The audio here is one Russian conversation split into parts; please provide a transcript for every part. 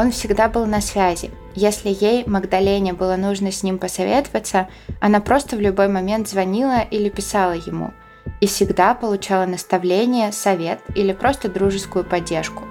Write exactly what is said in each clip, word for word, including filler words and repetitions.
Он всегда был на связи. Если ей, Магдалене, было нужно с ним посоветоваться, она просто в любой момент звонила или писала ему. И всегда получала наставление, совет или просто дружескую поддержку.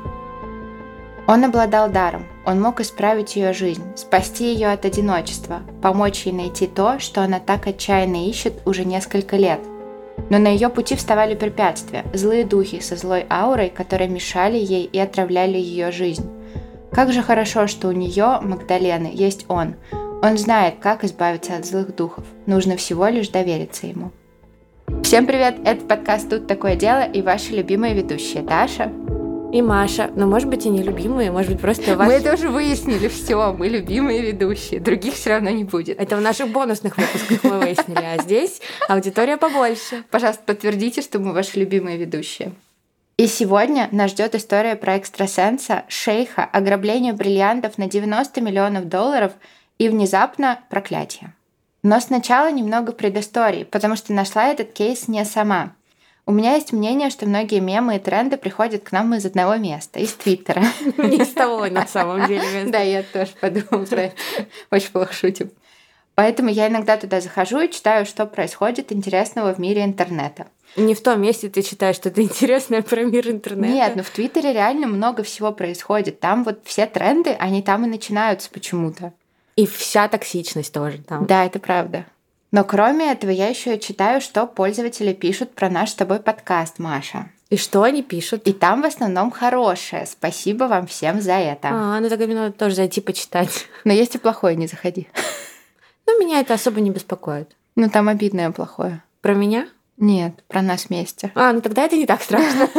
Он обладал даром. Он мог исправить ее жизнь, спасти ее от одиночества, помочь ей найти то, что она так отчаянно ищет уже несколько лет. Но на ее пути вставали препятствия, злые духи со злой аурой, которые мешали ей и отравляли ее жизнь. Как же хорошо, что у нее, Магдалены, есть он. Он знает, как избавиться от злых духов. Нужно всего лишь довериться ему. Всем привет! Это подкаст «Тут такое дело» и ваши любимые ведущие Даша и Маша. Но может быть и не любимые, может быть просто ваши... Мы это уже выяснили, все, мы любимые ведущие. Других все равно не будет. Это в наших бонусных выпусках мы выяснили, а здесь аудитория побольше. Пожалуйста, подтвердите, что мы ваши любимые ведущие. И сегодня нас ждет история про экстрасенса, шейха, ограбление бриллиантов на девяносто миллионов долларов и внезапно проклятие. Но сначала немного предыстории, потому что нашла этот кейс не сама. У меня есть мнение, что многие мемы и тренды приходят к нам из одного места, из Твиттера. Не с того, на самом деле, места. Да, я тоже подумала про это. Очень плохо шутим. Поэтому я иногда туда захожу и читаю, что происходит интересного в мире интернета. Не в том месте ты читаешь что-то интересное про мир интернета. Нет, но в Твиттере реально много всего происходит. Там вот все тренды, они там и начинаются почему-то. И вся токсичность тоже там. Да, это правда. Но кроме этого, я еще и читаю, что пользователи пишут про наш с тобой подкаст, Маша. И что они пишут? И там в основном хорошее. Спасибо вам всем за это. А, ну тогда мне надо тоже зайти почитать. Но есть и плохое, не заходи. Ну, меня это особо не беспокоит. Ну, там обидное плохое. Про меня? Нет, про нас вместе. А, ну тогда это не так страшно.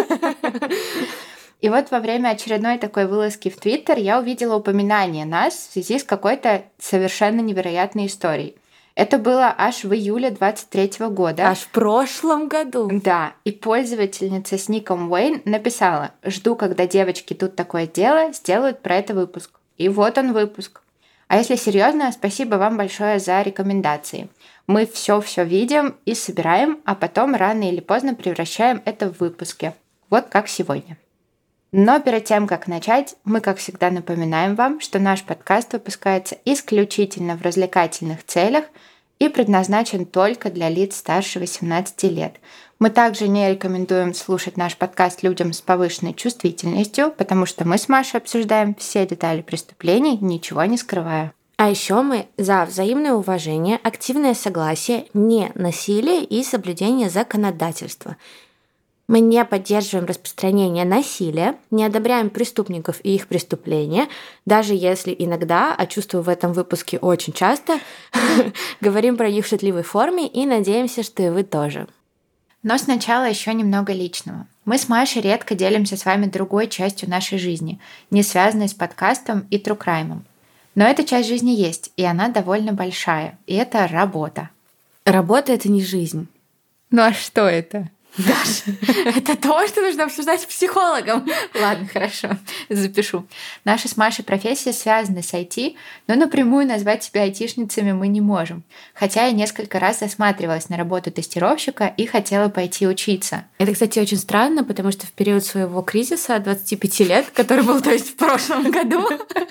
И вот во время очередной такой вылазки в Твиттер я увидела упоминание нас в связи с какой-то совершенно невероятной историей. Это было аж в июле двадцать третьего года. Аж в прошлом году. Да, и пользовательница с ником Уэйн написала: «Жду, когда девочки тут такое дело сделают про это выпуск». И вот он выпуск. А если серьезно, спасибо вам большое за рекомендации. Мы все-все видим и собираем, а потом рано или поздно превращаем это в выпуски. Вот как сегодня. Но перед тем, как начать, мы, как всегда, напоминаем вам, что наш подкаст выпускается исключительно в развлекательных целях и предназначен только для лиц старше восемнадцати лет. Мы также не рекомендуем слушать наш подкаст людям с повышенной чувствительностью, потому что мы с Машей обсуждаем все детали преступлений, ничего не скрывая. А еще мы за взаимное уважение, активное согласие, не насилие и соблюдение законодательства. Мы не поддерживаем распространение насилия, не одобряем преступников и их преступления, даже если иногда, а чувствую в этом выпуске очень часто, говорим про них в шутливой форме и надеемся, что и вы тоже. Но сначала еще немного личного. Мы с Машей редко делимся с вами другой частью нашей жизни, не связанной с подкастом и true crime. Но эта часть жизни есть, и она довольно большая, и это работа. Работа — это не жизнь. Ну а что это? Даша, это то, что нужно обсуждать с психологом. Ладно, хорошо, запишу. Наши с Машей профессии связаны с ай ти, но напрямую назвать себя айтишницами мы не можем. Хотя я несколько раз засматривалась на работу тестировщика и хотела пойти учиться. Это, кстати, очень странно, потому что в период своего кризиса двадцати пяти лет, который был, то есть, в прошлом году,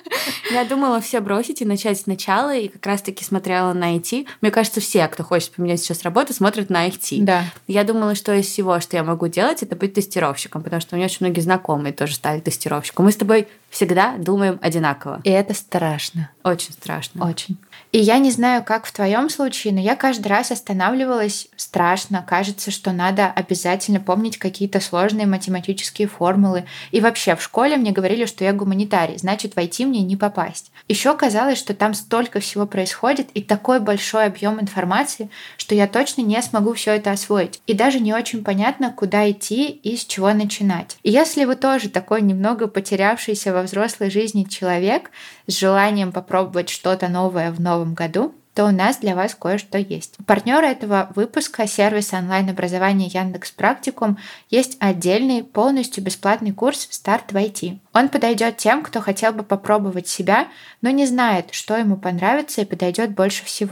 я думала все бросить и начать сначала, и как раз-таки смотрела на ай ти. Мне кажется, все, кто хочет поменять сейчас работу, смотрят на ай ти. Да. Я думала, что из всего, что я могу делать, это быть тестировщиком, потому что у меня очень многие знакомые тоже стали тестировщиком. Мы с тобой всегда думаем одинаково. И это страшно. Очень страшно. Очень. И я не знаю, как в твоем случае, но я каждый раз останавливалась. Страшно. Кажется, что надо обязательно помнить какие-то сложные математические формулы. И вообще в школе мне говорили, что я гуманитарий, значит, в ай ти мне не попасть. Еще казалось, что там столько всего происходит и такой большой объем информации, что я точно не смогу все это освоить. И даже не очень понятно, куда идти и с чего начинать. И если вы тоже такой немного потерявшийся во взрослой жизни человек с желанием попробовать что-то новое в новом году, то у нас для вас кое-что есть. У партнера этого выпуска, сервиса онлайн-образования Яндекс.Практикум, есть отдельный полностью бесплатный курс «Старт в ай ти». Он подойдет тем, кто хотел бы попробовать себя, но не знает, что ему понравится и подойдет больше всего. В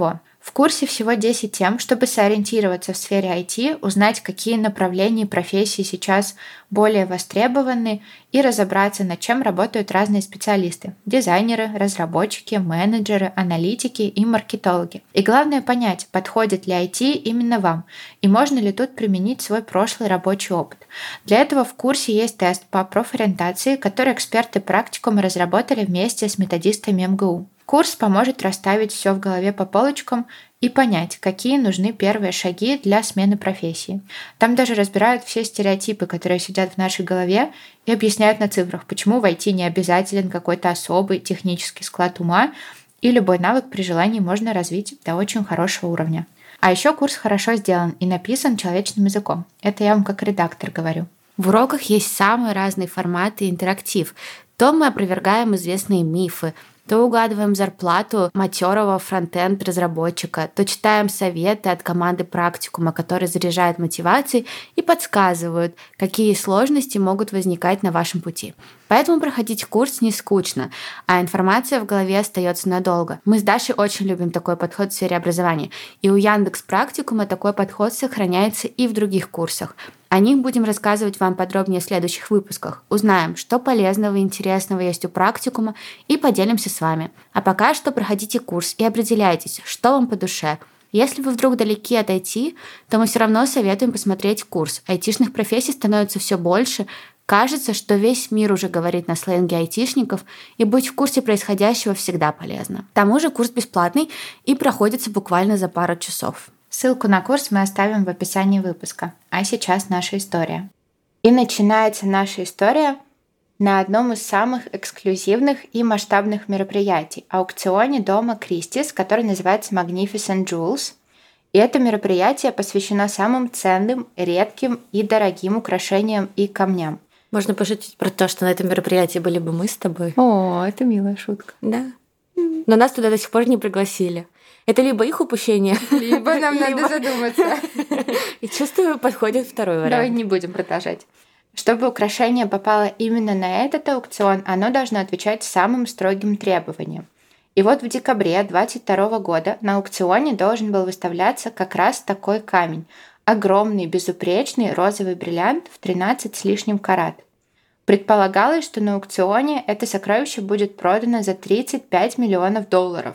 В курсе всего десять тем, чтобы сориентироваться в сфере ай ти, узнать, какие направления и профессии сейчас более востребованы, и разобраться, над чем работают разные специалисты – дизайнеры, разработчики, менеджеры, аналитики и маркетологи. И главное понять, подходит ли ай ти именно вам, и можно ли тут применить свой прошлый рабочий опыт. Для этого в курсе есть тест по профориентации, который эксперты практикума разработали вместе с методистами эм гэ у. Курс поможет расставить все в голове по полочкам и понять, какие нужны первые шаги для смены профессии. Там даже разбирают все стереотипы, которые сидят в нашей голове, и объясняют на цифрах, почему в ай ти не обязателен какой-то особый технический склад ума, и любой навык при желании можно развить до очень хорошего уровня. А еще курс хорошо сделан и написан человечным языком. Это я вам как редактор говорю. В уроках есть самые разные форматы и интерактив. То мы опровергаем известные мифы, то угадываем зарплату матерого фронтенд-разработчика, то читаем советы от команды практикума, которые заряжают мотивацией и подсказывают, какие сложности могут возникать на вашем пути. Поэтому проходить курс не скучно, а информация в голове остается надолго. Мы с Дашей очень любим такой подход в сфере образования, и у Яндекс.Практикума такой подход сохраняется и в других курсах. О них будем рассказывать вам подробнее в следующих выпусках. Узнаем, что полезного и интересного есть у практикума, и поделимся с вами. А пока что проходите курс и определяйтесь, что вам по душе. Если вы вдруг далеки от ай ти, то мы все равно советуем посмотреть курс. Айтишных профессий становится все больше. Кажется, что весь мир уже говорит на сленге айтишников, и быть в курсе происходящего всегда полезно. К тому же курс бесплатный и проходится буквально за пару часов. Ссылку на курс мы оставим в описании выпуска. А сейчас наша история. И начинается наша история на одном из самых эксклюзивных и масштабных мероприятий – аукционе дома Кристис, который называется Magnificent Jewels. И это мероприятие посвящено самым ценным, редким и дорогим украшениям и камням. Можно пошутить про то, что на этом мероприятии были бы мы с тобой. О, это милая шутка. Да. Но нас туда до сих пор не пригласили. Это либо их упущение, либо нам надо задуматься. И чувствую, подходит второй вариант. Давай не будем продолжать. Чтобы украшение попало именно на этот аукцион, оно должно отвечать самым строгим требованиям. И вот в декабре две тысячи двадцать второго года на аукционе должен был выставляться как раз такой камень. Огромный, безупречный розовый бриллиант в тринадцать с лишним карат. Предполагалось, что на аукционе это сокровище будет продано за тридцать пять миллионов долларов.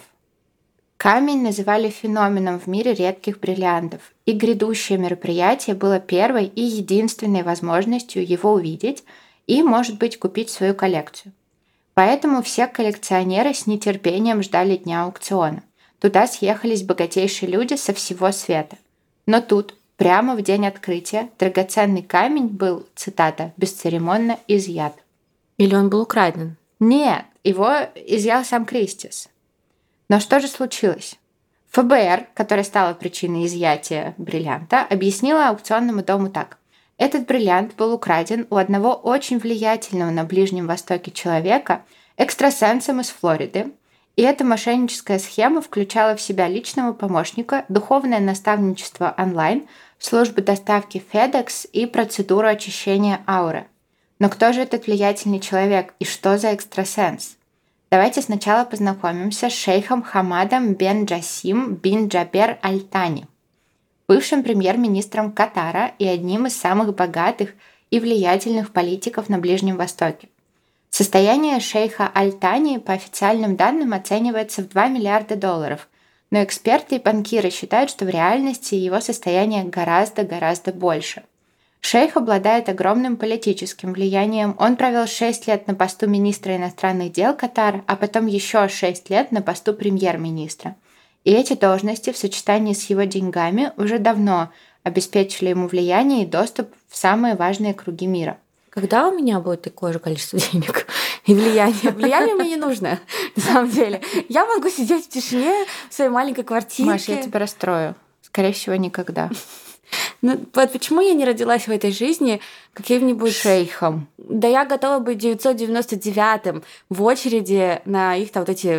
Камень называли феноменом в мире редких бриллиантов, и грядущее мероприятие было первой и единственной возможностью его увидеть и, может быть, купить свою коллекцию. Поэтому все коллекционеры с нетерпением ждали дня аукциона. Туда съехались богатейшие люди со всего света. Но тут, прямо в день открытия, драгоценный камень был, цитата, «бесцеремонно изъят». Или он был украден? Нет, его изъял сам Кристис. Но что же случилось? эф бэ эр, которая стала причиной изъятия бриллианта, объяснила аукционному дому так. Этот бриллиант был украден у одного очень влиятельного на Ближнем Востоке человека, экстрасенсом из Флориды, и эта мошенническая схема включала в себя личного помощника, духовное наставничество онлайн, службы доставки FedEx и процедуру очищения ауры. Но кто же этот влиятельный человек и что за экстрасенс? Давайте сначала познакомимся с шейхом Хамадом бен Джасим бин Джабер Аль-Тани, бывшим премьер-министром Катара и одним из самых богатых и влиятельных политиков на Ближнем Востоке. Состояние шейха Аль-Тани по официальным данным оценивается в два миллиарда долларов, но эксперты и банкиры считают, что в реальности его состояние гораздо-гораздо больше. Шейх обладает огромным политическим влиянием. Он провел шесть лет на посту министра иностранных дел Катара, а потом еще шесть лет на посту премьер-министра. И эти должности в сочетании с его деньгами уже давно обеспечили ему влияние и доступ в самые важные круги мира. Когда у меня будет такое же количество денег и влияния? Влияние мне не нужно, на самом деле. Я могу сидеть в тишине в своей маленькой квартире. Маша, я тебя расстрою. Скорее всего, никогда. Ну, вот почему я не родилась в этой жизни каким-нибудь шейхом? Да я готова быть девятьсот девяносто девятым в очереди на их там вот эти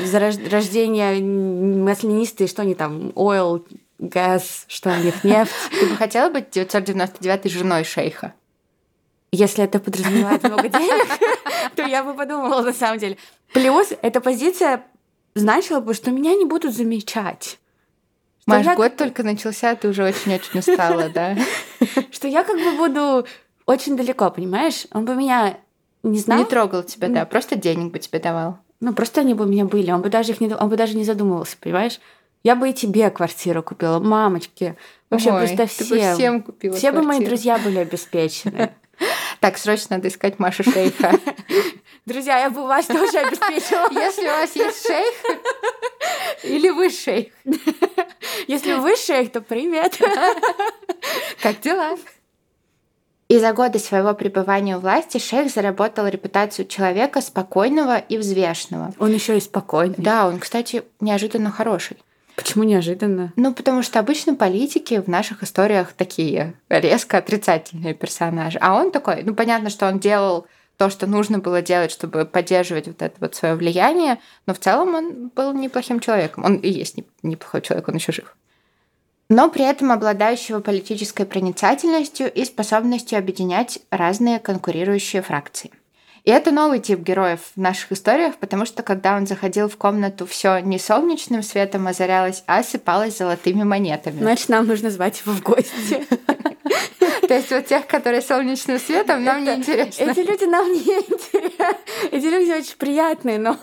рождения маслянистые, что они там, oil, газ, что у них, нефть. Ты бы хотела быть девятьсот девяносто девятой женой шейха? Если это подразумевает много денег, то я бы подумала на самом деле. Плюс эта позиция значила бы, что меня не будут замечать. Маш, год только начался, ты уже очень-очень устала, да? Что я как бы буду очень далеко, понимаешь? Он бы меня не знал. Не трогал тебя, да, просто денег бы тебе давал. Ну, просто они бы у меня были, он бы даже их не, он бы даже не задумывался, понимаешь? Я бы и тебе квартиру купила, мамочки. Вообще, Ой, просто ты всем. бы всем купила Все бы мои квартиру. друзья были обеспечены. Так, срочно надо искать Машу шейха. Друзья, я бы вас тоже обеспечила. Если у вас есть шейх, или вы шейх. Если вы шейх, то привет. Как дела? И за годы своего пребывания у власти шейх заработал репутацию человека спокойного и взвешенного. Он еще и спокойный. Да, он, кстати, неожиданно хороший. Почему неожиданно? Ну, потому что обычно политики в наших историях такие резко отрицательные персонажи. А он такой, ну, понятно, что он делал то, что нужно было делать, чтобы поддерживать вот это вот свое влияние, но в целом он был неплохим человеком. Он и есть неплохой человек, он еще жив. Но при этом обладающего политической проницательностью и способностью объединять разные конкурирующие фракции. И это новый тип героев в наших историях, потому что когда он заходил в комнату, все не солнечным светом озарялось, а осыпалось золотыми монетами. Значит, нам нужно звать его в гости. То есть вот тех, которые солнечным светом, нам не интересно. Эти люди нам не интересны. Эти люди очень приятные, но...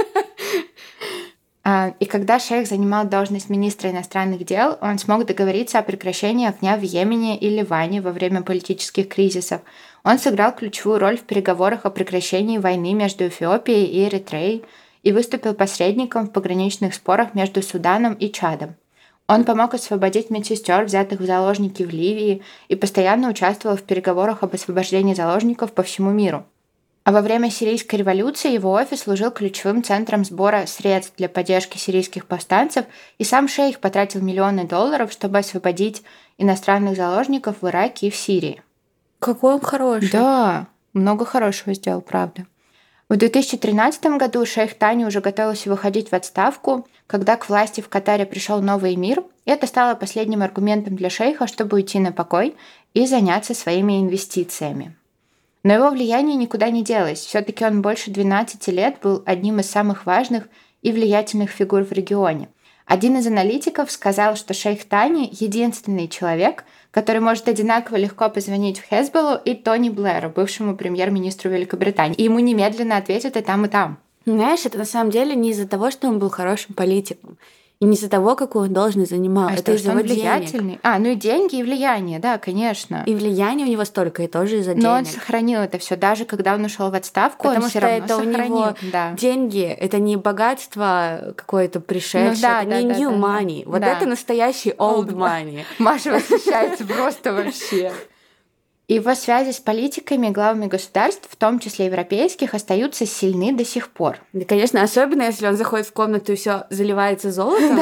И когда шейх занимал должность министра иностранных дел, он смог договориться о прекращении огня в Йемене и Ливане во время политических кризисов. Он сыграл ключевую роль в переговорах о прекращении войны между Эфиопией и Эритреей и выступил посредником в пограничных спорах между Суданом и Чадом. Он помог освободить медсестер, взятых в заложники в Ливии, и постоянно участвовал в переговорах об освобождении заложников по всему миру. А во время сирийской революции его офис служил ключевым центром сбора средств для поддержки сирийских повстанцев, и сам шейх потратил миллионы долларов, чтобы освободить иностранных заложников в Ираке и в Сирии. Какой он хороший. Да, много хорошего сделал, правда. В две тысячи тринадцатом году шейх Тани уже готовился выходить в отставку, когда к власти в Катаре пришел новый эмир, и это стало последним аргументом для шейха, чтобы уйти на покой и заняться своими инвестициями. Но его влияние никуда не делось. Все-таки он больше двенадцати лет был одним из самых важных и влиятельных фигур в регионе. Один из аналитиков сказал, что шейх Тани – единственный человек, который может одинаково легко позвонить в Хезболлу и Тони Блэру, бывшему премьер-министру Великобритании. И ему немедленно ответят и там, и там. Знаешь, это на самом деле не из-за того, что он был хорошим политиком. И не из-за того, какую он должность занимал. А это из-за его влиятельный. денег. А, ну и деньги, и влияние, да, конечно. И влияние у него столько, и тоже из-за денег. Но он сохранил это все, даже когда он ушел в отставку, Потому он что все равно это сохранил. у него да. деньги, это не богатство какое-то пришедшее, ну, да, это да, не да, new да, money. да. Вот да. это настоящий old money. Маша восхищается просто вообще. Его связи с политиками и главами государств, в том числе европейских, остаются сильны до сих пор. Да, конечно, особенно если он заходит в комнату и все заливается золотом.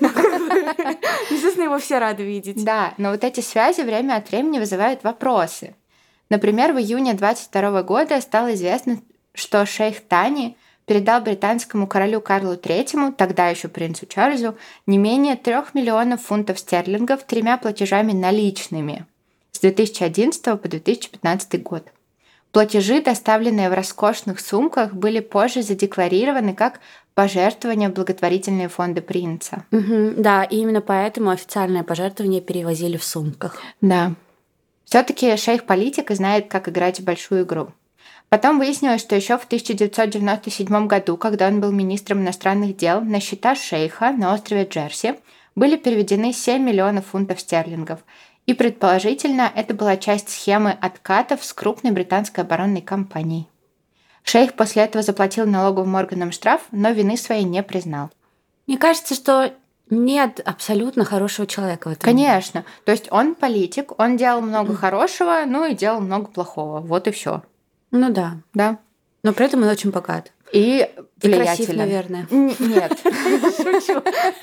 Естественно, его все рады видеть. Да, но вот эти связи время от времени вызывают вопросы. Например, в июне двадцать второго года стало известно, что шейх Тани передал британскому королю Карлу Третьему, тогда еще принцу Чарльзу, не менее трех миллионов фунтов стерлингов тремя платежами наличными с две тысячи одиннадцатого по две тысячи пятнадцатый год. Платежи, доставленные в роскошных сумках, были позже задекларированы как пожертвования в благотворительные фонды принца. Угу, да, и именно поэтому официальное пожертвование перевозили в сумках. Да. Все-таки шейх-политик знает, как играть в большую игру. Потом выяснилось, что еще в тысяча девятьсот девяносто седьмом году, когда он был министром иностранных дел, на счета шейха на острове Джерси были переведены семь миллионов фунтов стерлингов. И, предположительно, это была часть схемы откатов с крупной британской оборонной компанией. Шейх после этого заплатил налоговым органам штраф, но вины своей не признал. Мне кажется, что нет абсолютно хорошего человека в этом. Конечно. Мире. То есть он политик, он делал много хорошего, ну и делал много плохого. Вот и все. Ну да. Да. Но при этом он очень богат. И влиятелен. И красив, наверное. Н- нет. Шучу.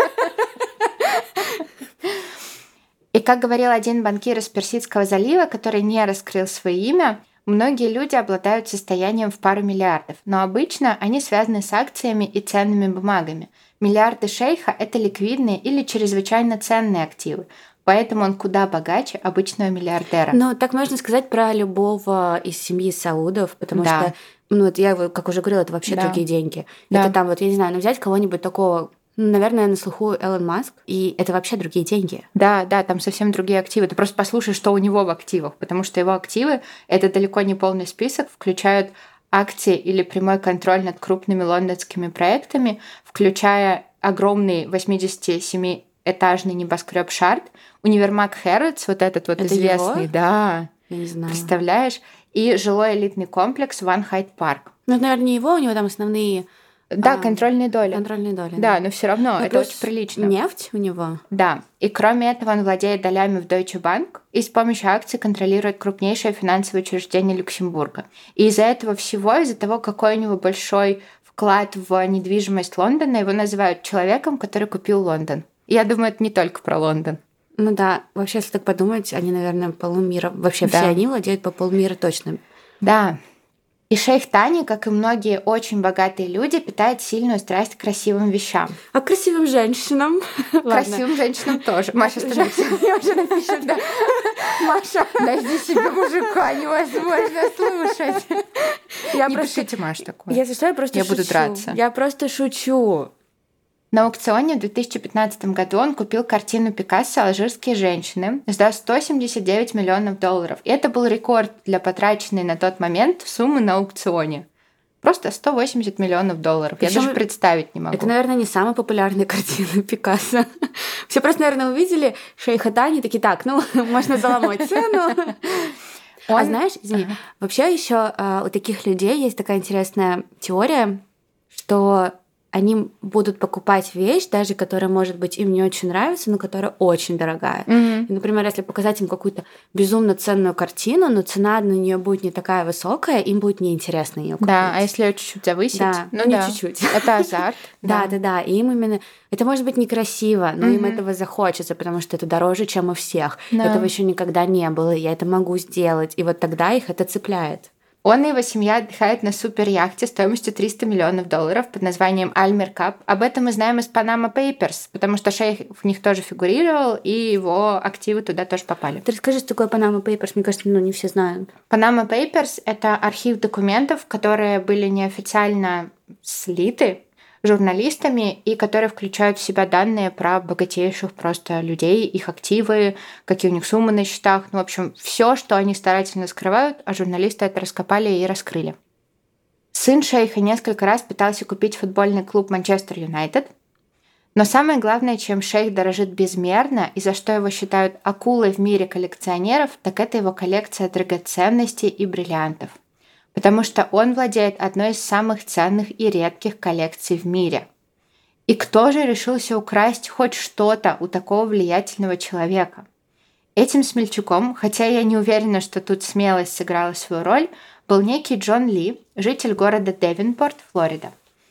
И как говорил один банкир из Персидского залива, который не раскрыл свое имя, многие люди обладают состоянием в пару миллиардов, но обычно они связаны с акциями и ценными бумагами. Миллиарды шейха – это ликвидные или чрезвычайно ценные активы, поэтому он куда богаче обычного миллиардера. Ну, так можно сказать про любого из семьи Саудов, потому да. что, ну, вот я, как уже говорила, это вообще да. другие деньги. Да. Это там, вот, я не знаю, ну, взять кого-нибудь такого Ну, наверное, на слуху Элон Маск, и это вообще другие деньги. Да, да, там совсем другие активы. Ты просто послушай, что у него в активах, потому что его активы — это далеко не полный список, включают акции или прямой контроль над крупными лондонскими проектами, включая огромный восьмидесятисемиэтажный небоскреб Шард, универмаг Хэрротс, вот этот вот Это известный, его? да, Я не знаю. представляешь, и жилой элитный комплекс One Hyde Park. Ну, это, наверное, не его, у него там основные... Да, а, контрольные доли. Контрольные доли. Да, но все равно Ну, это плюс очень прилично. Нефть у него. Да, и кроме этого он владеет долями в Deutsche Bank и с помощью акций контролирует крупнейшее финансовое учреждение Люксембурга. И из-за этого всего, из-за того, какой у него большой вклад в недвижимость Лондона, его называют человеком, который купил Лондон. И я думаю, это не только про Лондон. Ну да, вообще, если так подумать, они, наверное, полмира... Вообще Да. все они владеют по полмира точно. Да. И шейх Тани, как и многие очень богатые люди, питает сильную страсть к красивым вещам. А к красивым женщинам? Красивым женщинам тоже. Маша, остановись. Я уже напишу, да. Маша, найди себе мужика, невозможно слушать. Я Не просто... пишите, Маш, такое. Если что, я просто Я шучу. буду драться. Я просто шучу. На аукционе в две тысячи пятнадцатом году он купил картину Пикассо «Алжирские женщины» за сто семьдесят девять миллионов долларов. И это был рекорд для потраченной на тот момент суммы на аукционе. Просто сто восемьдесят миллионов долларов. Причём Я даже представить не могу. Это, наверное, не самая популярная картина Пикассо. Все просто, наверное, увидели шейха Тани, такие, так, ну, можно заломать цену. Он... А знаешь, извини, вообще еще у таких людей есть такая интересная теория, что они будут покупать вещь, даже которая, может быть, им не очень нравится, но которая очень дорогая. Mm-hmm. И, например, если показать им какую-то безумно ценную картину, но цена на нее будет не такая высокая, им будет неинтересно ее купить. Да, а если ее чуть-чуть завысить? Да, ну не да. чуть-чуть. Это азарт. Да, да, да. И им именно... Это может быть некрасиво, но Mm-hmm. им этого захочется, потому что это дороже, чем у всех. Да. Этого еще никогда не было, я это могу сделать. И вот тогда их это цепляет. Он и его семья отдыхают на суперяхте стоимостью триста миллионов долларов под названием Альмер Кап. Об этом мы знаем из Panama Papers, потому что шейх в них тоже фигурировал, и его активы туда тоже попали. Ты расскажи, что такое Panama Papers, мне кажется, ну, не все знают. Panama Papers — это архив документов, которые были неофициально слиты журналистами и которые включают в себя данные про богатейших просто людей, их активы, какие у них суммы на счетах. Ну, в общем, все, что они старательно скрывают, а журналисты это раскопали и раскрыли. Сын шейха несколько раз пытался купить футбольный клуб Манчестер Юнайтед, но самое главное, чем шейх дорожит безмерно и за что его считают акулой в мире коллекционеров, так это его коллекция драгоценностей и бриллиантов. Потому что он владеет одной из самых ценных и редких коллекций в мире. И кто же решился украсть хоть что-то у такого влиятельного человека? Этим смельчаком, хотя я не уверена, что тут смелость сыграла свою роль, был некий Джон Ли, житель города Девинпорт, Флорида.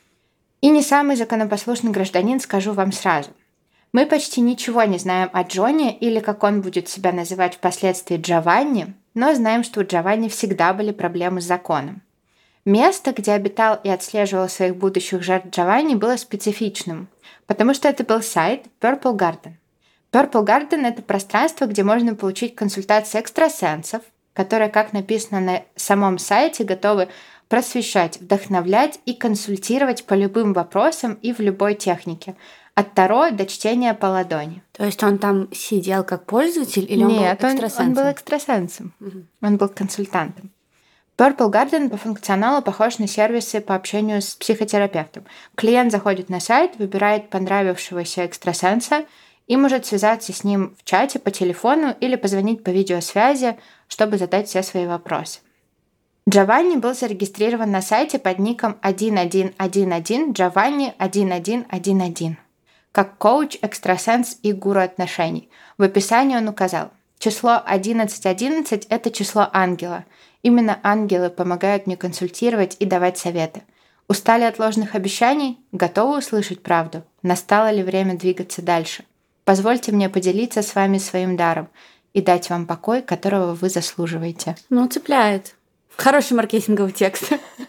И не самый законопослушный гражданин, скажу вам сразу. Мы почти ничего не знаем о Джоне, или как он будет себя называть впоследствии Джованни, но знаем, что у Джованни всегда были проблемы с законом. Место, где обитал и отслеживал своих будущих жертв Джованни, было специфичным, потому что это был сайт Purple Garden. Purple Garden — это пространство, где можно получить консультации экстрасенсов, которые, как написано на самом сайте, готовы просвещать, вдохновлять и консультировать по любым вопросам и в любой технике. От таро до чтения по ладони. То есть он там сидел как пользователь или он Нет, был экстрасенсом? Он, он был экстрасенсом. Угу. Он был консультантом. Purple Garden по функционалу похож на сервисы по общению с психотерапевтом. Клиент заходит на сайт, выбирает понравившегося экстрасенса и может связаться с ним в чате, по телефону или позвонить по видеосвязи, чтобы задать все свои вопросы. Джованни был зарегистрирован на сайте под ником один один один один Джованни один один один один. Как коуч, экстрасенс и гуру отношений. В описании он указал: число одиннадцать одиннадцать – это число ангела. Именно ангелы помогают мне консультировать и давать советы. Устали от ложных обещаний? Готовы услышать правду? Настало ли время двигаться дальше? Позвольте мне поделиться с вами своим даром и дать вам покой, которого вы заслуживаете. Ну, цепляет. Хороший маркетинговый текст.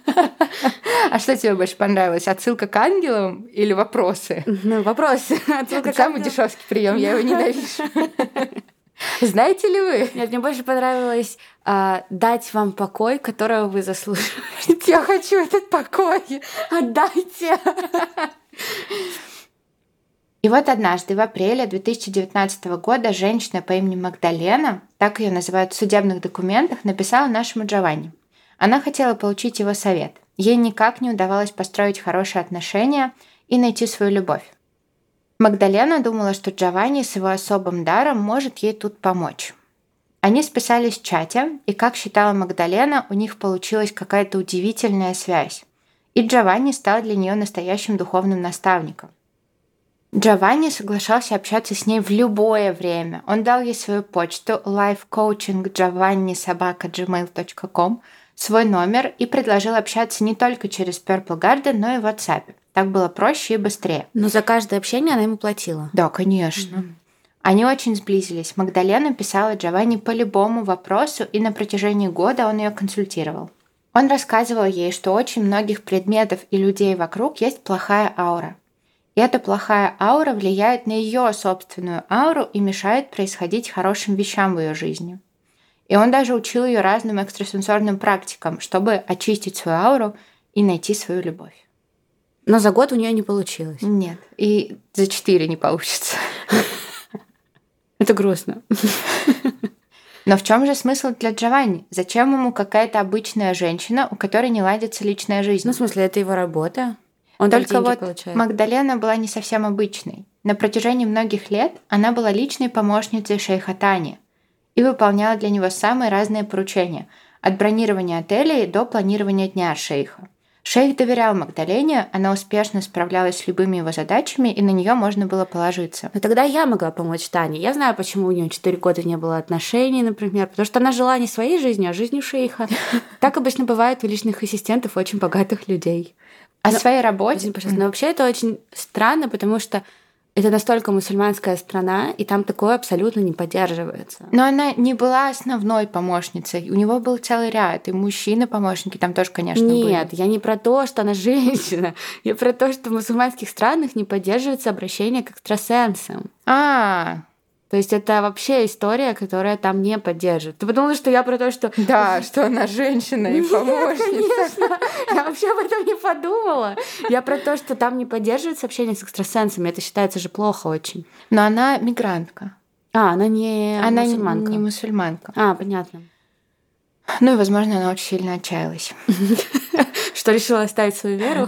А что тебе больше понравилось? Отсылка к ангелам или вопросы? Ну, вопросы. Отсылка к Самый дешевский прием, я его ненавижу. Знаете ли вы? Нет, мне больше понравилось а, дать вам покой, которого вы заслуживаете. Я хочу этот покой. Отдайте. И вот однажды, в апреле две тысячи девятнадцатого года, женщина по имени Магдалена, так ее называют в судебных документах, написала нашему Джованни. Она хотела получить его совет. Ей никак не удавалось построить хорошие отношения и найти свою любовь. Магдалена думала, что Джованни с его особым даром может ей тут помочь. Они списались в чате, и, как считала Магдалена, у них получилась какая-то удивительная связь. И Джованни стал для нее настоящим духовным наставником. Джованни соглашался общаться с ней в любое время. Он дал ей свою почту лайфкоучинг джованни собака джимейл точка ком, свой номер и предложил общаться не только через Purple Garden, но и в WhatsApp. Так было проще и быстрее. Но за каждое общение она ему платила. Да, конечно. Mm-hmm. Они очень сблизились. Магдалена писала Джованни по любому вопросу, и на протяжении года он ее консультировал. Он рассказывал ей, что у очень многих предметов и людей вокруг есть плохая аура. И эта плохая аура влияет на ее собственную ауру и мешает происходить хорошим вещам в ее жизни. И он даже учил ее разным экстрасенсорным практикам, чтобы очистить свою ауру и найти свою любовь. Но за год у нее не получилось. Нет, и за четыре не получится. Это грустно. Но в чем же смысл для Джованни? Зачем ему какая-то обычная женщина, у которой не ладится личная жизнь? Ну, в смысле, это его работа? Он Только вот получает. Магдалена была не совсем обычной. На протяжении многих лет она была личной помощницей шейха Тани и выполняла для него самые разные поручения, от бронирования отелей до планирования дня шейха. Шейх доверял Магдалене, она успешно справлялась с любыми его задачами, и на нее можно было положиться. Но тогда я могла помочь Тане. Я знаю, почему у нее четыре года не было отношений, например, потому что она жила не своей жизнью, а жизнью шейха. Так обычно бывает у личных ассистентов очень богатых людей. О но, своей работе? Пожалуйста, но вообще это очень странно, потому что это настолько мусульманская страна, и там такое абсолютно не поддерживается. Но она не была основной помощницей. У него был целый ряд, и мужчины-помощники там тоже, конечно, Нет, были. Нет, я не про то, что она женщина. Я про то, что в мусульманских странах не поддерживается обращение к экстрасенсам. А, То есть это вообще история, которая там не поддерживает. Ты подумала, что я про то, что... Да, что она женщина и помощница. Конечно. Я вообще об этом не подумала. Я про то, что там не поддерживается общение с экстрасенсами. Это считается же плохо очень. Но она мигрантка. А, она не она мусульманка. не мусульманка. А, понятно. Ну и, возможно, она очень сильно отчаялась. Что решила оставить свою веру?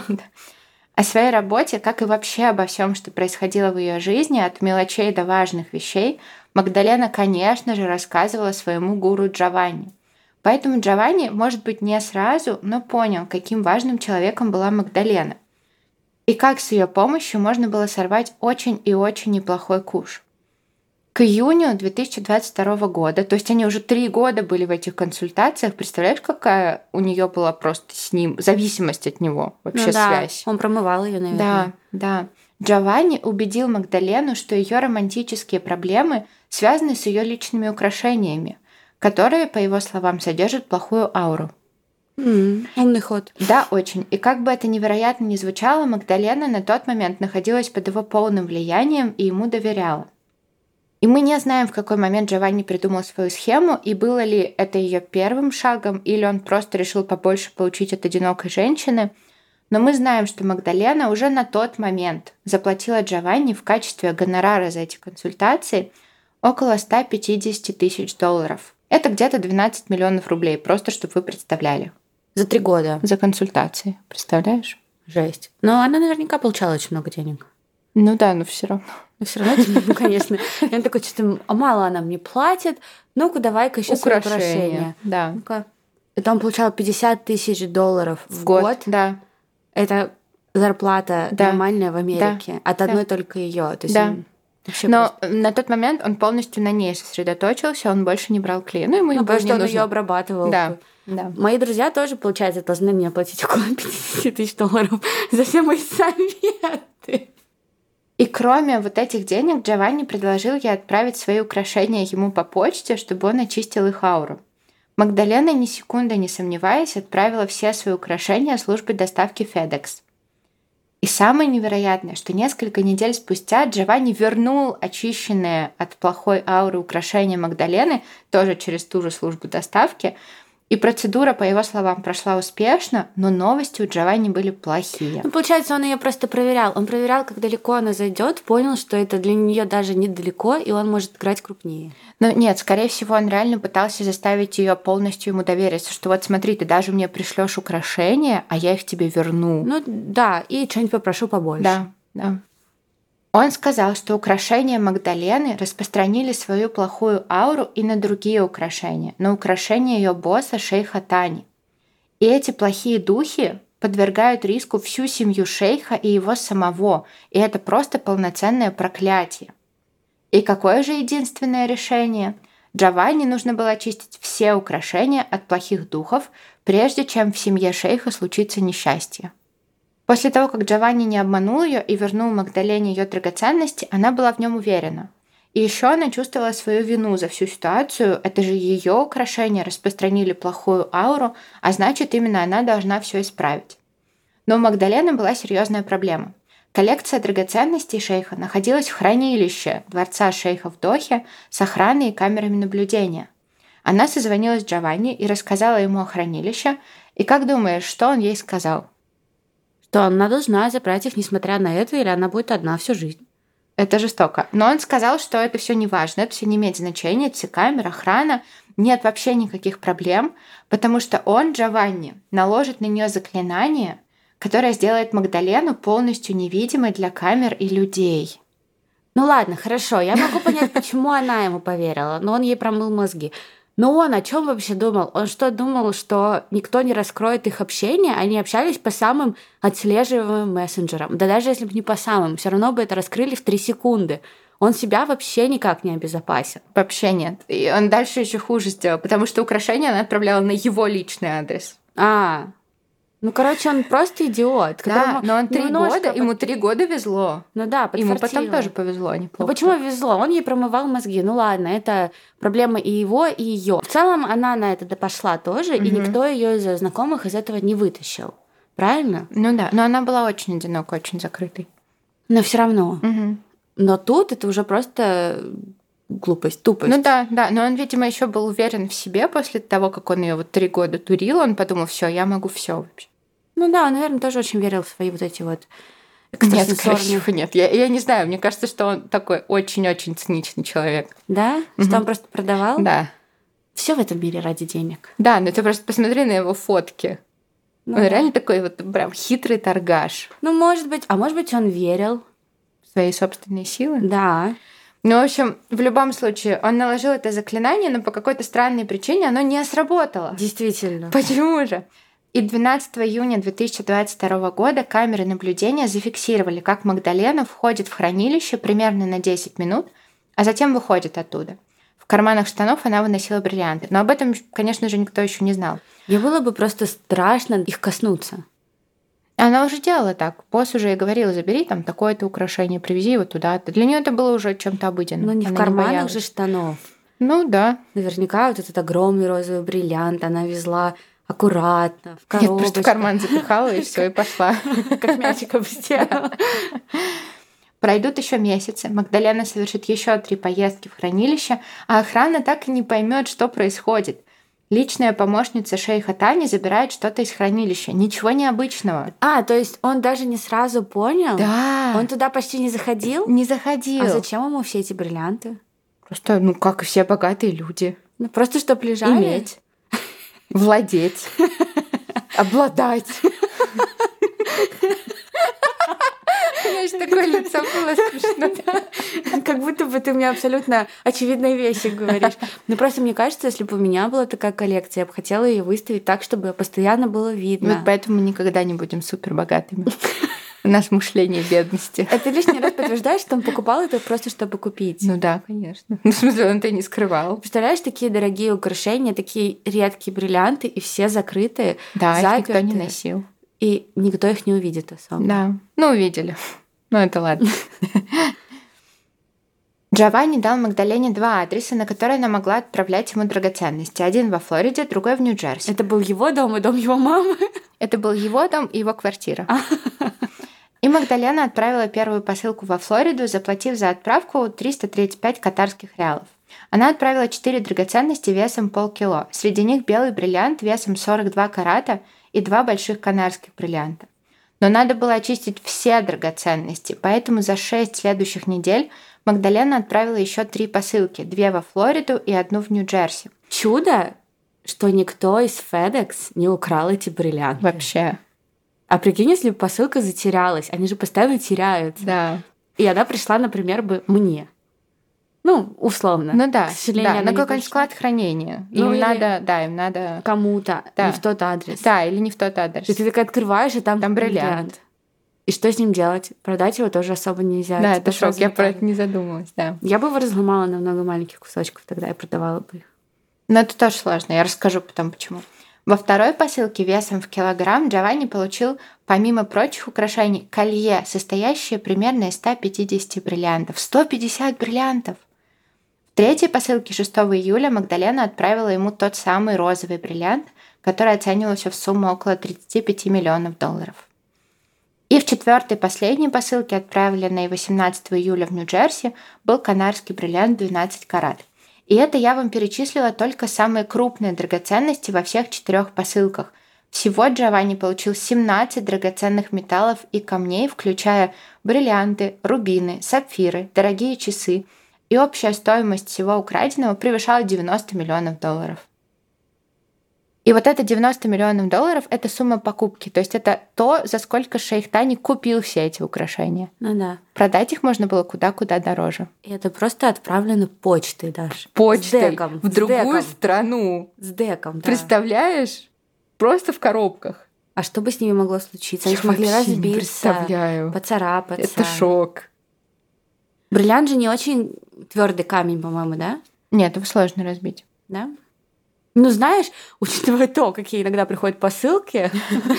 О своей работе, как и вообще обо всем, что происходило в ее жизни, от мелочей до важных вещей, Магдалена, конечно же, рассказывала своему гуру Джованни. Поэтому Джованни, может быть, не сразу, но понял, каким важным человеком была Магдалена. И как с ее помощью можно было сорвать очень и очень неплохой куш. К июню две тысячи двадцать второго года, то есть они уже три года были в этих консультациях, представляешь, какая у нее была просто с ним зависимость от него, вообще ну, да. связь. Он промывал ее, наверное. Да, да. Джованни убедил Магдалену, что ее романтические проблемы связаны с ее личными украшениями, которые, по его словам, содержат плохую ауру. Mm, умный ход. Да, очень. И как бы это невероятно ни звучало, Магдалена на тот момент находилась под его полным влиянием и ему доверяла. И мы не знаем, в какой момент Джованни придумал свою схему, и было ли это ее первым шагом, или он просто решил побольше получить от одинокой женщины. Но мы знаем, что Магдалена уже на тот момент заплатила Джованни в качестве гонорара за эти консультации около сто пятьдесят тысяч долларов. Это где-то двенадцать миллионов рублей, просто чтобы вы представляли. За три года. За консультации, представляешь? Жесть. Но она наверняка получала очень много денег. Ну да, но все равно. Но все равно, ну, конечно. Я такой, что-то мало она мне платит. Ну-ка, давай-ка еще свои украшения. Да. Ну-ка. Это он получал пятьдесят тысяч долларов в, в год. год. Да. Это зарплата да. нормальная в Америке. Да. От одной да. только ее. То есть да. он Но просто... на тот момент он полностью на ней сосредоточился, он больше не брал клиентов. Ну, ему ну, было потому не что он нужно. ее обрабатывал. Да. Да. Мои друзья тоже, получается, должны мне платить около пятьдесят тысяч долларов за все мои советы. И кроме вот этих денег, Джованни предложил ей отправить свои украшения ему по почте, чтобы он очистил их ауру. Магдалена, ни секунды не сомневаясь, отправила все свои украшения службе доставки FedEx. И самое невероятное, что несколько недель спустя Джованни вернул очищенные от плохой ауры украшения Магдалены, тоже через ту же службу доставки, И процедура, по его словам, прошла успешно, но новости у Джованни были плохие. Ну, получается, он ее просто проверял. Он проверял, как далеко она зайдет, понял, что это для нее даже недалеко, и он может играть крупнее. Ну нет, скорее всего, он реально пытался заставить ее полностью ему довериться, что вот смотри, ты даже мне пришлешь украшения, а я их тебе верну. Ну да, и что-нибудь попрошу побольше. Да, да. Он сказал, что украшения Магдалены распространили свою плохую ауру и на другие украшения, на украшения ее босса шейха Тани. И эти плохие духи подвергают риску всю семью шейха и его самого, и это просто полноценное проклятие. И какое же единственное решение? Джованни нужно было очистить все украшения от плохих духов, прежде чем в семье шейха случится несчастье. После того, как Джованни не обманул ее и вернул Магдалене ее драгоценности, она была в нем уверена. И еще она чувствовала свою вину за всю ситуацию. Это же ее украшения распространили плохую ауру, а значит, именно она должна все исправить. Но у Магдалены была серьезная проблема. Коллекция драгоценностей шейха находилась в хранилище дворца шейха в Дохе с охраной и камерами наблюдения. Она созвонилась с Джованни и рассказала ему о хранилище. И как думаешь, что он ей сказал? Что она должна забрать их, несмотря на это, или она будет одна всю жизнь. Это жестоко. Но он сказал, что это все не важно, это все не имеет значения, все камеры, охрана, нет вообще никаких проблем, потому что он, Джованни, наложит на нее заклинание, которое сделает Магдалену полностью невидимой для камер и людей. Ну ладно, хорошо, я могу понять, почему она ему поверила, но он ей промыл мозги. Но он о чем вообще думал? Он что, думал, что никто не раскроет их общение? Они общались по самым отслеживаемым мессенджерам. Да даже если бы не по самым, все равно бы это раскрыли в три секунды. Он себя вообще никак не обезопасил. Вообще нет. И он дальше еще хуже сделал, потому что украшения она отправляла на его личный адрес. А, ну, короче, он просто идиот. Да, но он три года, ему три года везло. Ну да, подфартило. Ему потом тоже повезло, неплохо. Ну почему везло? Он ей промывал мозги. Ну ладно, это проблема и его, и ее. В целом она на это пошла тоже, угу. И никто ее из знакомых из этого не вытащил. Правильно? Ну да, но она была очень одинокой, очень закрытой. Но все равно. Угу. Но тут это уже просто глупость, тупость. Ну да, да, но он, видимо, еще был уверен в себе после того, как он ее вот три года турил, он подумал, все, я могу все вообще. Ну да, он, наверное, тоже очень верил в свои вот эти вот экстрасенсорные... Нет, скорее всего, нет. Я, я не знаю, мне кажется, что он такой очень-очень циничный человек. Да? Угу. Что он просто продавал? Да. Все в этом мире ради денег. Да, но ты просто посмотри на его фотки. Ну, он да. реально такой вот прям хитрый торгаш. Ну, может быть, а может быть, он верил. В свои собственные силы? Да. Ну, в общем, в любом случае, он наложил это заклинание, но по какой-то странной причине оно не сработало. Действительно. Почему же? И двенадцатого июня две тысячи двадцать второго года камеры наблюдения зафиксировали, как Магдалена входит в хранилище примерно на десять минут, а затем выходит оттуда. В карманах штанов она выносила бриллианты. Но об этом, конечно же, никто еще не знал. Мне было бы просто страшно их коснуться. Она уже делала так. Босс уже и говорил, забери там такое-то украшение, привези его туда-то. Для нее это было уже чем-то обыденным. Но не она в карманах не же штанов. Ну да. Наверняка вот этот огромный розовый бриллиант она везла аккуратно, в коробочку. Нет, просто в карман запихала и все, и пошла. Как мячиком сделала. Пройдут еще месяцы. Магдалена совершит еще три поездки в хранилище, а охрана так и не поймет, что происходит. Личная помощница шейха Тани забирает что-то из хранилища. Ничего необычного. А, то есть он даже не сразу понял? Да. Он туда почти не заходил? Не заходил. А зачем ему все эти бриллианты? Просто, ну, как и все богатые люди. Ну, просто чтоб лежали? Иметь. Владеть. Обладать. У меня же такое лицо было смешно. Как будто бы ты мне абсолютно очевидные вещи говоришь. Но просто мне кажется, если бы у меня была такая коллекция, я бы хотела ее выставить так, чтобы постоянно было видно. Вот поэтому мы никогда не будем супербогатыми. У нас мышление бедности. Это лишний раз подтверждает, что он покупал это просто, чтобы купить. Ну да, конечно. Ну, в смысле, он это не скрывал. Представляешь, такие дорогие украшения, такие редкие бриллианты, и все закрытые, да, заперты. Их никто не носил. И никто их не увидит особо. Да, ну увидели. Ну это ладно. Джованни дал Магдалене два адреса, на которые она могла отправлять ему драгоценности. Один во Флориде, другой в Нью-Джерси. Это был его дом и дом его мамы? Это был его дом и его квартира. И Магдалена отправила первую посылку во Флориду, заплатив за отправку триста тридцать пять катарских реалов. Она отправила четыре драгоценности весом полкило. Среди них белый бриллиант весом сорок два карата и два больших канарских бриллианта. Но надо было очистить все драгоценности, поэтому за шесть следующих недель Магдалена отправила еще три посылки, две во Флориду и одну в Нью-Джерси. Чудо, что никто из FedEx не украл эти бриллианты. Вообще. А прикинь, если бы посылка затерялась, они же постоянно теряются. Да. И она пришла, например, бы мне. Ну, условно. Ну да, К сожалению, да, она на не какой-нибудь пришла. склад хранения. Ну, им или надо, да, им надо... Кому-то, Да. не в тот адрес. Да, или не в тот адрес. И ты такая открываешь, и там, Там бриллиант. И что с ним делать? Продать его тоже особо нельзя. Да, Типа это шок, сразу я не про так. это не задумалась, да. Я бы его разломала на много маленьких кусочков, тогда я продавала бы их. Но это тоже сложно, я расскажу потом почему. Во второй посылке весом в килограмм Джованни получил, помимо прочих украшений, колье, состоящее примерно из ста пятидесяти бриллиантов. сто пятьдесят бриллиантов! В третьей посылке шестого июля Магдалена отправила ему тот самый розовый бриллиант, который оценивался в сумму около тридцати пяти миллионов долларов. И в четвертой последней посылке, отправленной восемнадцатого июля в Нью-Джерси, был канарский бриллиант двенадцать карат. И это я вам перечислила только самые крупные драгоценности во всех четырех посылках. Всего Джованни получил семнадцать драгоценных металлов и камней, включая бриллианты, рубины, сапфиры, дорогие часы. И общая стоимость всего украденного превышала девяносто миллионов долларов. И вот это девяносто миллионов долларов – это сумма покупки. То есть это то, за сколько шейх Тани купил все эти украшения. Ну да. Продать их можно было куда-куда дороже. И это просто отправлено почтой даже. Почтой С деком. в С другую деком. страну. С деком, да. Представляешь? Просто в коробках. А что бы с ними могло случиться? Они Я же могли вообще не разбиться, представляю. поцарапаться. Это шок. Бриллиант же не очень твердый камень, по-моему, да? Нет, его сложно разбить. Да? Ну, знаешь, учитывая то, какие иногда приходят посылки.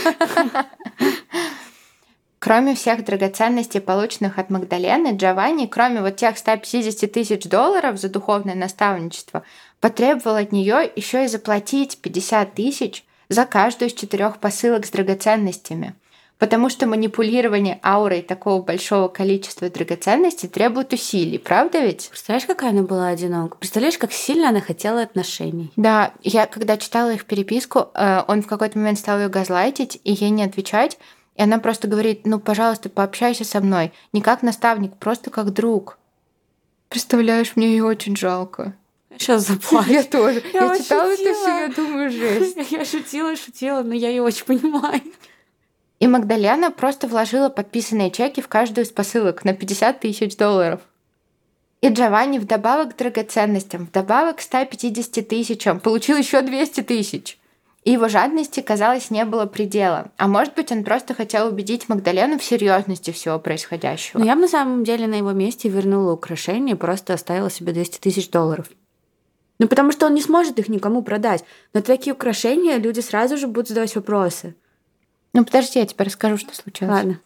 Кроме всех драгоценностей, полученных от Магдалены, Джованни, кроме вот тех ста пятидесяти тысяч долларов за духовное наставничество, потребовал от нее еще и заплатить пятьдесят тысяч за каждую из четырех посылок с драгоценностями. Потому что манипулирование аурой такого большого количества драгоценностей требует усилий, правда ведь? Представляешь, какая она была одинока? Представляешь, как сильно она хотела отношений? Да, я когда читала их переписку, он в какой-то момент стал ее газлайтить и ей не отвечать. И она просто говорит: ну, пожалуйста, пообщайся со мной. Не как наставник, просто как друг. Представляешь, мне ее очень жалко. Сейчас заплачу. Я тоже. Я Я читала это шутила. все, я думаю, жесть. Я шутила, шутила, но я ее очень понимаю. И Магдалена просто вложила подписанные чеки в каждую из посылок на пятьдесят тысяч долларов. И Джованни вдобавок к драгоценностям, вдобавок к ста пятидесяти тысячам получил еще двести тысяч. И его жадности, казалось, не было предела. А может быть, он просто хотел убедить Магдалену в серьезности всего происходящего. Но я бы на самом деле на его месте вернула украшения и просто оставила себе двести тысяч долларов. Ну, потому что он не сможет их никому продать. Но такие украшения люди сразу же будут задавать вопросы. Ну, подожди, я тебе расскажу, что случилось. Ладно.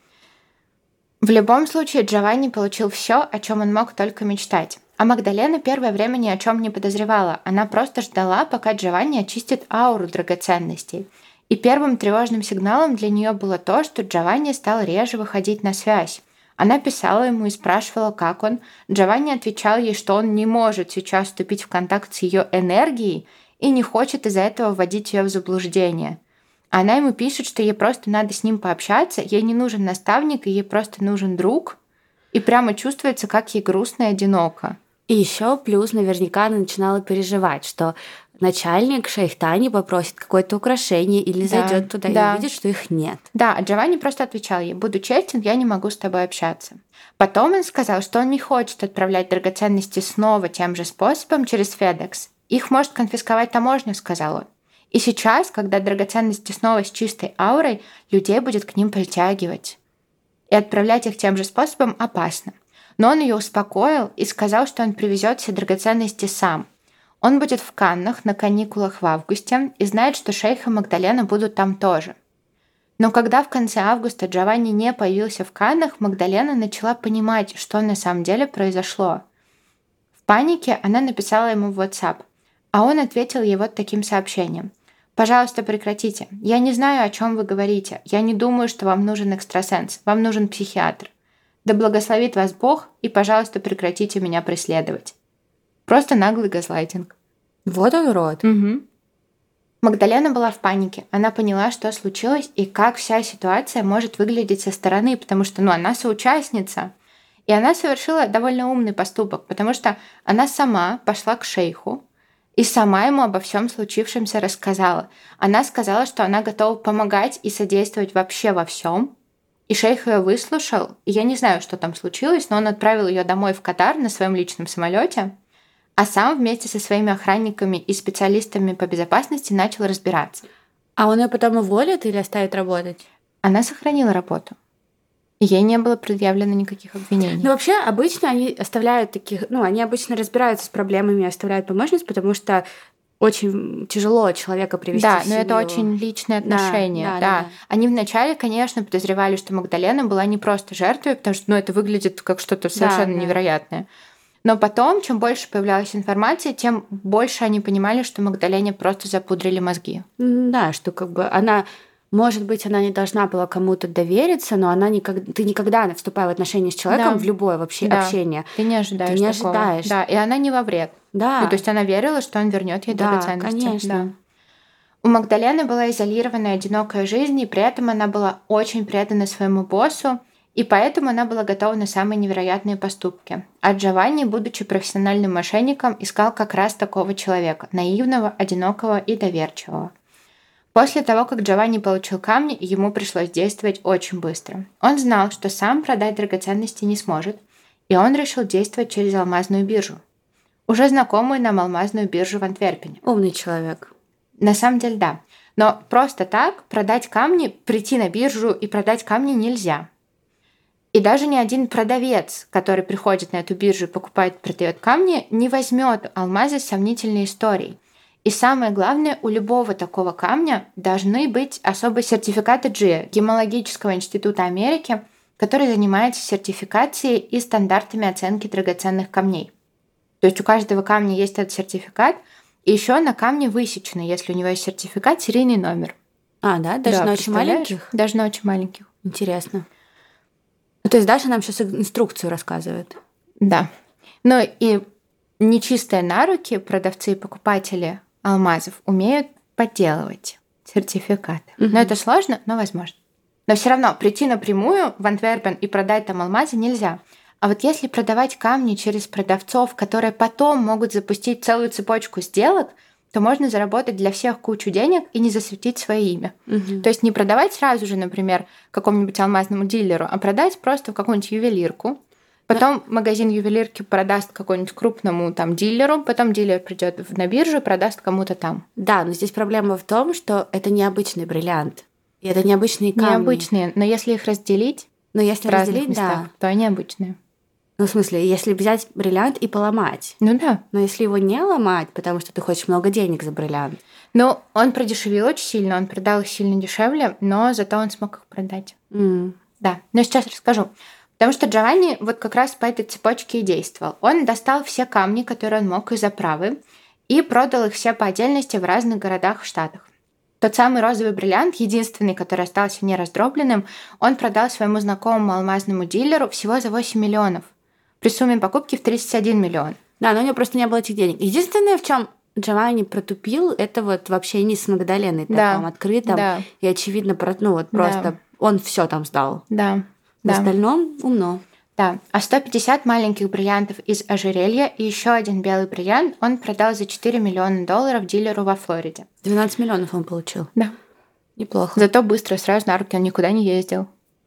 В любом случае, Джованни получил все, о чем он мог только мечтать. А Магдалена первое время ни о чем не подозревала. Она просто ждала, пока Джованни очистит ауру драгоценностей. И первым тревожным сигналом для нее было то, что Джованни стал реже выходить на связь. Она писала ему и спрашивала, как он. Джованни отвечал ей, что он не может сейчас вступить в контакт с ее энергией и не хочет из-за этого вводить ее в заблуждение. Она ему пишет, что ей просто надо с ним пообщаться, ей не нужен наставник, ей просто нужен друг. И прямо чувствуется, как ей грустно и одиноко. И еще плюс наверняка она начинала переживать, что начальник шейх Тани попросит какое-то украшение или Да, зайдет туда да. и увидит, что их нет. Да, а Джованни просто отвечал ей: «Буду честен, я не могу с тобой общаться». Потом он сказал, что он не хочет отправлять драгоценности снова тем же способом через FedEx. «Их может конфисковать таможня», — сказал он. И сейчас, когда драгоценности снова с чистой аурой, людей будет к ним притягивать. И отправлять их тем же способом опасно. Но он ее успокоил и сказал, что он привезет все драгоценности сам. Он будет в Каннах на каникулах в августе и знает, что шейх и Магдалена будут там тоже. Но когда в конце августа Джованни не появился в Каннах, Магдалена начала понимать, что на самом деле произошло. В панике она написала ему в WhatsApp, а он ответил ей вот таким сообщением: «Пожалуйста, прекратите. Я не знаю, о чем вы говорите. Я не думаю, что вам нужен экстрасенс. Вам нужен психиатр. Да благословит вас Бог, и, пожалуйста, прекратите меня преследовать». Просто наглый газлайтинг. Вот он урод. Угу. Магдалена была в панике. Она поняла, что случилось и как вся ситуация может выглядеть со стороны, потому что, ну, она соучастница. И она совершила довольно умный поступок, потому что она сама пошла к шейху и сама ему обо всем случившемся рассказала. Она сказала, что она готова помогать и содействовать вообще во всем. И шейх ее выслушал. И я не знаю, что там случилось, но он отправил ее домой в Катар на своем личном самолете, а сам вместе со своими охранниками и специалистами по безопасности начал разбираться. А он ее потом уволит или оставит работать? Она сохранила работу. Ей не было предъявлено никаких обвинений. Ну, вообще, обычно они оставляют таких... Ну, они обычно разбираются с проблемами и оставляют помощниц, потому что очень тяжело человека привести да, в семью. Да, но это очень личные отношения. Да, да, да. Да, да. Они вначале, конечно, подозревали, что Магдалена была не просто жертвой, потому что ну, это выглядит как что-то совершенно Да, да. невероятное. Но потом, чем больше появлялась информация, тем больше они понимали, что Магдалене просто запудрили мозги. Да, что как бы она... Может быть, она не должна была кому-то довериться, но она никогда, ты никогда, вступая в отношения с человеком, да. в любое вообще да. общение, ты не ожидаешь ты не такого. ожидаешь. Да, и она не во вред. Да. Ну, то есть она верила, что он вернет ей да, драгоценности. Конечно. Да. У Магдалены была изолированная, одинокая жизнь, и при этом она была очень предана своему боссу, и поэтому она была готова на самые невероятные поступки. А Джованни, будучи профессиональным мошенником, искал как раз такого человека, наивного, одинокого и доверчивого. После того, как Джованни получил камни, ему пришлось действовать очень быстро. Он знал, что сам продать драгоценности не сможет, и он решил действовать через алмазную биржу. Уже знакомую нам алмазную биржу в Антверпене. Умный человек. На самом деле, да. Но просто так продать камни, прийти на биржу и продать камни нельзя. И даже ни один продавец, который приходит на эту биржу и покупает, продает камни, не возьмет алмазы с сомнительной историей. И самое главное, у любого такого камня должны быть особые сертификаты джи и эй, Гемологического института Америки, который занимается сертификацией и стандартами оценки драгоценных камней. То есть у каждого камня есть этот сертификат, и еще на камне высечено, если у него есть сертификат, серийный номер. А, да? Даже да, на очень маленьких? Даже на очень маленьких. Интересно. Ну, то есть Даша нам сейчас инструкцию рассказывает. Да. Ну и нечистые на руки продавцы и покупатели алмазов умеют подделывать сертификаты. Угу. Но это сложно, но возможно. Но все равно прийти напрямую в Антверпен и продать там алмазы нельзя. А вот если продавать камни через продавцов, которые потом могут запустить целую цепочку сделок, то можно заработать для всех кучу денег и не засветить свое имя. Угу. То есть не продавать сразу же, например, какому-нибудь алмазному дилеру, а продать просто в какую-нибудь ювелирку. Потом Но... магазин ювелирки продаст какому-нибудь крупному там дилеру, потом дилер придет на биржу и продаст кому-то там. Да, но здесь проблема в том, что это необычный бриллиант. И это необычные камни. Необычные, но если их разделить, но если в разных разделить, местах, да. то они обычные. Ну, в смысле, если взять бриллиант и поломать. Ну да. Но если его не ломать, потому что ты хочешь много денег за бриллиант. Ну, он продешевил очень сильно, он продал их сильно дешевле, но зато он смог их продать. Mm. Да, но сейчас расскажу. Потому что Джованни вот как раз по этой цепочке и действовал. Он достал все камни, которые он мог из оправы, и продал их все по отдельности в разных городах в Штатах. Тот самый розовый бриллиант, единственный, который остался нераздробленным, он продал своему знакомому алмазному дилеру всего за восемь миллионов. При сумме покупки в тридцать один миллион. Да, но у него просто не было этих денег. Единственное, в чем Джованни протупил, это вот в общении с Магдаленой, да. таком открытом. Да. И очевидно, ну вот просто да. он все там сдал. Да. В да. остальном умно. Да, а сто пятьдесят маленьких бриллиантов из ожерелья и еще один белый бриллиант он продал за четыре миллиона долларов дилеру во Флориде. двенадцать миллионов он получил. Да. Неплохо. Зато быстро, сразу на руки, он никуда не ездил.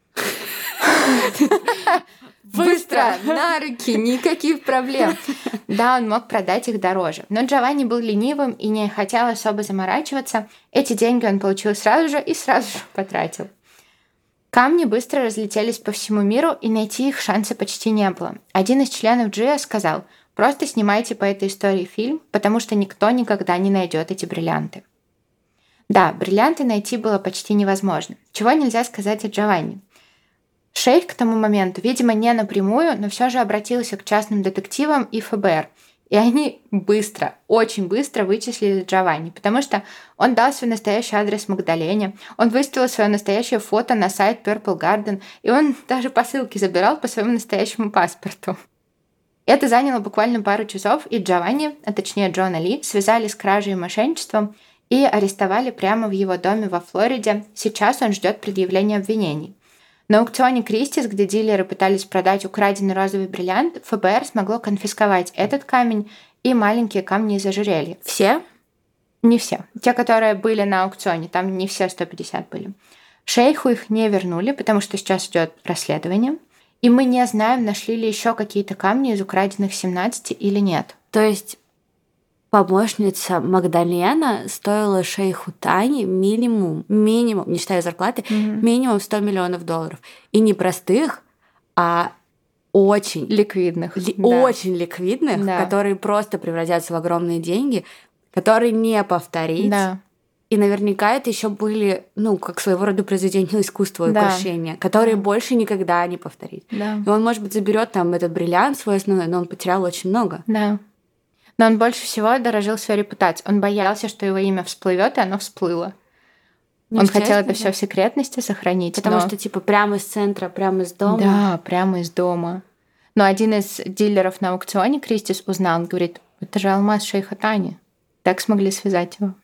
Быстро, на руки, никаких проблем. Да, он мог продать их дороже. Но Джованни был ленивым и не хотел особо заморачиваться. Эти деньги он получил сразу же и сразу же потратил. Камни быстро разлетелись по всему миру, и найти их шанса почти не было. Один из членов джи и эй сказал: «Просто снимайте по этой истории фильм, потому что никто никогда не найдет эти бриллианты». Да, бриллианты найти было почти невозможно. Чего нельзя сказать о Джованни. Шейх к тому моменту, видимо, не напрямую, но все же обратился к частным детективам и эф бэ эр. И они быстро, очень быстро вычислили Джованни, потому что он дал свой настоящий адрес Магдалене, он выставил свое настоящее фото на сайт Purple Garden, и он даже посылки забирал по своему настоящему паспорту. Это заняло буквально пару часов, и Джованни, а точнее Джона Ли, связали с кражей и мошенничеством и арестовали прямо в его доме во Флориде. Сейчас он ждет предъявления обвинений. На аукционе Кристис, где дилеры пытались продать украденный розовый бриллиант, эф бэ эр смогло конфисковать этот камень и маленькие камни из ожерелья. Все? Не все. Те, которые были на аукционе, там не все сто пятьдесят были. Шейху их не вернули, потому что сейчас идет расследование. И мы не знаем, нашли ли еще какие-то камни из украденных семнадцати или нет. То есть помощница Магдалена стоила шейху Тани минимум, минимум, не считая зарплаты, mm-hmm. минимум сто миллионов долларов. И не простых, а очень ликвидных. Ли, да. Очень ликвидных, да. которые просто превратятся в огромные деньги, которые не повторить. Да. И наверняка это еще были, ну, как своего рода произведения искусства и да. украшения, которые да. больше никогда не повторить. Да. И он, может быть, заберет там этот бриллиант свой основной, но он потерял очень много. Да. Но он больше всего дорожил своей репутацией. Он боялся, что его имя всплывет, и оно всплыло. Ну, он хотел это все в секретности сохранить. Потому но... что, типа, прямо из центра, прямо из дома. Да, прямо из дома. Но один из дилеров на аукционе Кристис узнал, он говорит, это же алмаз шейха Тани. Так смогли связать его.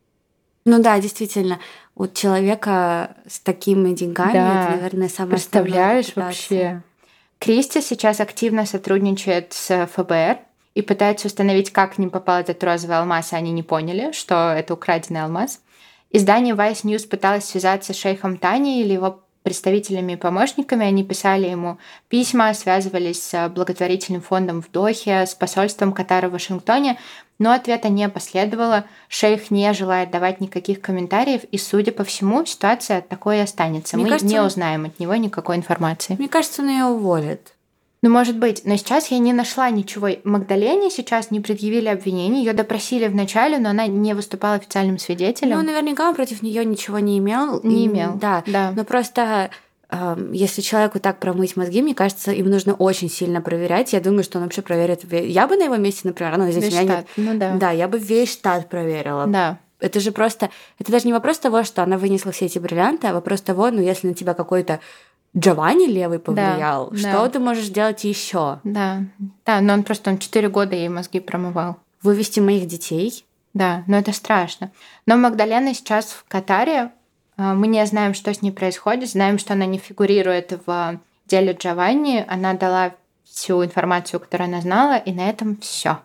Ну да, действительно, у человека с такими деньгами, да. это, наверное, самое Представляешь вообще? Кристис сейчас активно сотрудничает с эф бэ эр и пытается установить, как к ним попал этот розовый алмаз, и они не поняли, что это украденный алмаз. Издание Vice News пыталось связаться с шейхом Тани или его представителями и помощниками. Они писали ему письма, связывались с благотворительным фондом в Дохе, с посольством Катара в Вашингтоне, но ответа не последовало. Шейх не желает давать никаких комментариев, и, судя по всему, ситуация такой и останется. Мне Мы кажется, не узнаем от него никакой информации. Мне кажется, он ее уволит. Ну, может быть. Но сейчас я не нашла ничего. Магдалене сейчас не предъявили обвинений. Ее допросили вначале, но она не выступала официальным свидетелем. Ну, наверняка он против нее ничего не имел. Не имел. Да, да. Но просто э, если человеку так промыть мозги, мне кажется, им нужно очень сильно проверять. Я думаю, что он вообще проверит. Я бы на его месте, например, ну, здесь весь меня штат. Не... Ну, да. Да, я бы весь штат проверила. Да. Это же просто... Это даже не вопрос того, что она вынесла все эти бриллианты, а вопрос того, ну, если на тебя какой-то Джованни левый повлиял, да, что да. ты можешь делать еще? Да, да, но он просто он четыре года ей мозги промывал. Вывести моих детей? Да, но это страшно. Но Магдалена сейчас в Катаре. Мы не знаем, что с ней происходит. Знаем, что она не фигурирует в деле Джованни. Она дала всю информацию, которую она знала, и на этом все.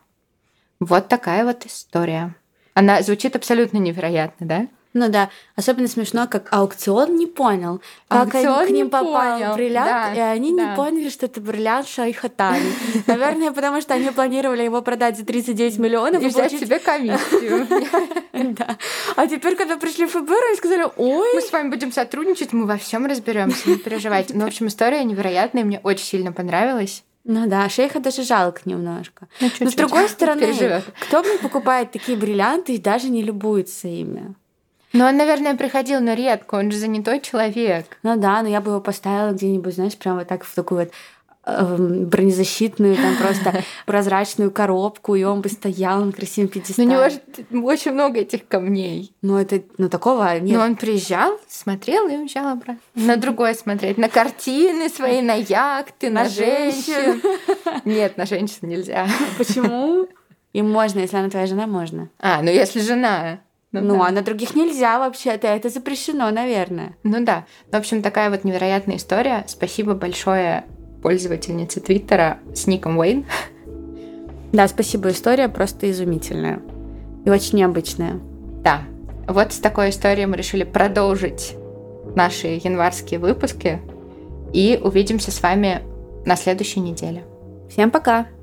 Вот такая вот история. Она звучит абсолютно невероятно, да? Ну да, особенно смешно, как аукцион не понял, как аукцион они, к ним попал понял. бриллиант, да, и они да. не поняли, что это бриллиант шейха Тани. Наверное, потому что они планировали его продать за тридцать девять миллионов и взять себе комиссию. Да. А теперь, когда пришли эф бэ эр, они сказали, ой... Мы с вами будем сотрудничать, мы во всем разберемся, не переживайте. Ну, в общем, история невероятная, мне очень сильно понравилась. Ну да, шейха даже жалко немножко. Ну, но с другой стороны, кто мне покупает такие бриллианты и даже не любуется ими? Ну, он, наверное, приходил, но редко, он же занятой человек. Ну да, но я бы его поставила где-нибудь, знаешь, прямо вот так в такую вот э, бронезащитную, там просто прозрачную коробку, и он бы стоял на красивом пьедестале. Ну, у него же очень много этих камней. Ну, это, ну, такого нет. Ну, он приезжал, смотрел и уезжал обратно. На другое смотреть, на картины свои, на яхты, на, на женщин. Нет, на женщин нельзя. Почему? Им можно, если она твоя жена, можно. А, ну если жена... Ну, ну да. А на других нельзя вообще-то, это запрещено, наверное. Ну да. В общем, такая вот невероятная история. Спасибо большое пользовательнице Твиттера с ником Уэйн. Да, спасибо, история просто изумительная и очень необычная. Да. Вот с такой историей мы решили продолжить наши январские выпуски и увидимся с вами на следующей неделе. Всем пока!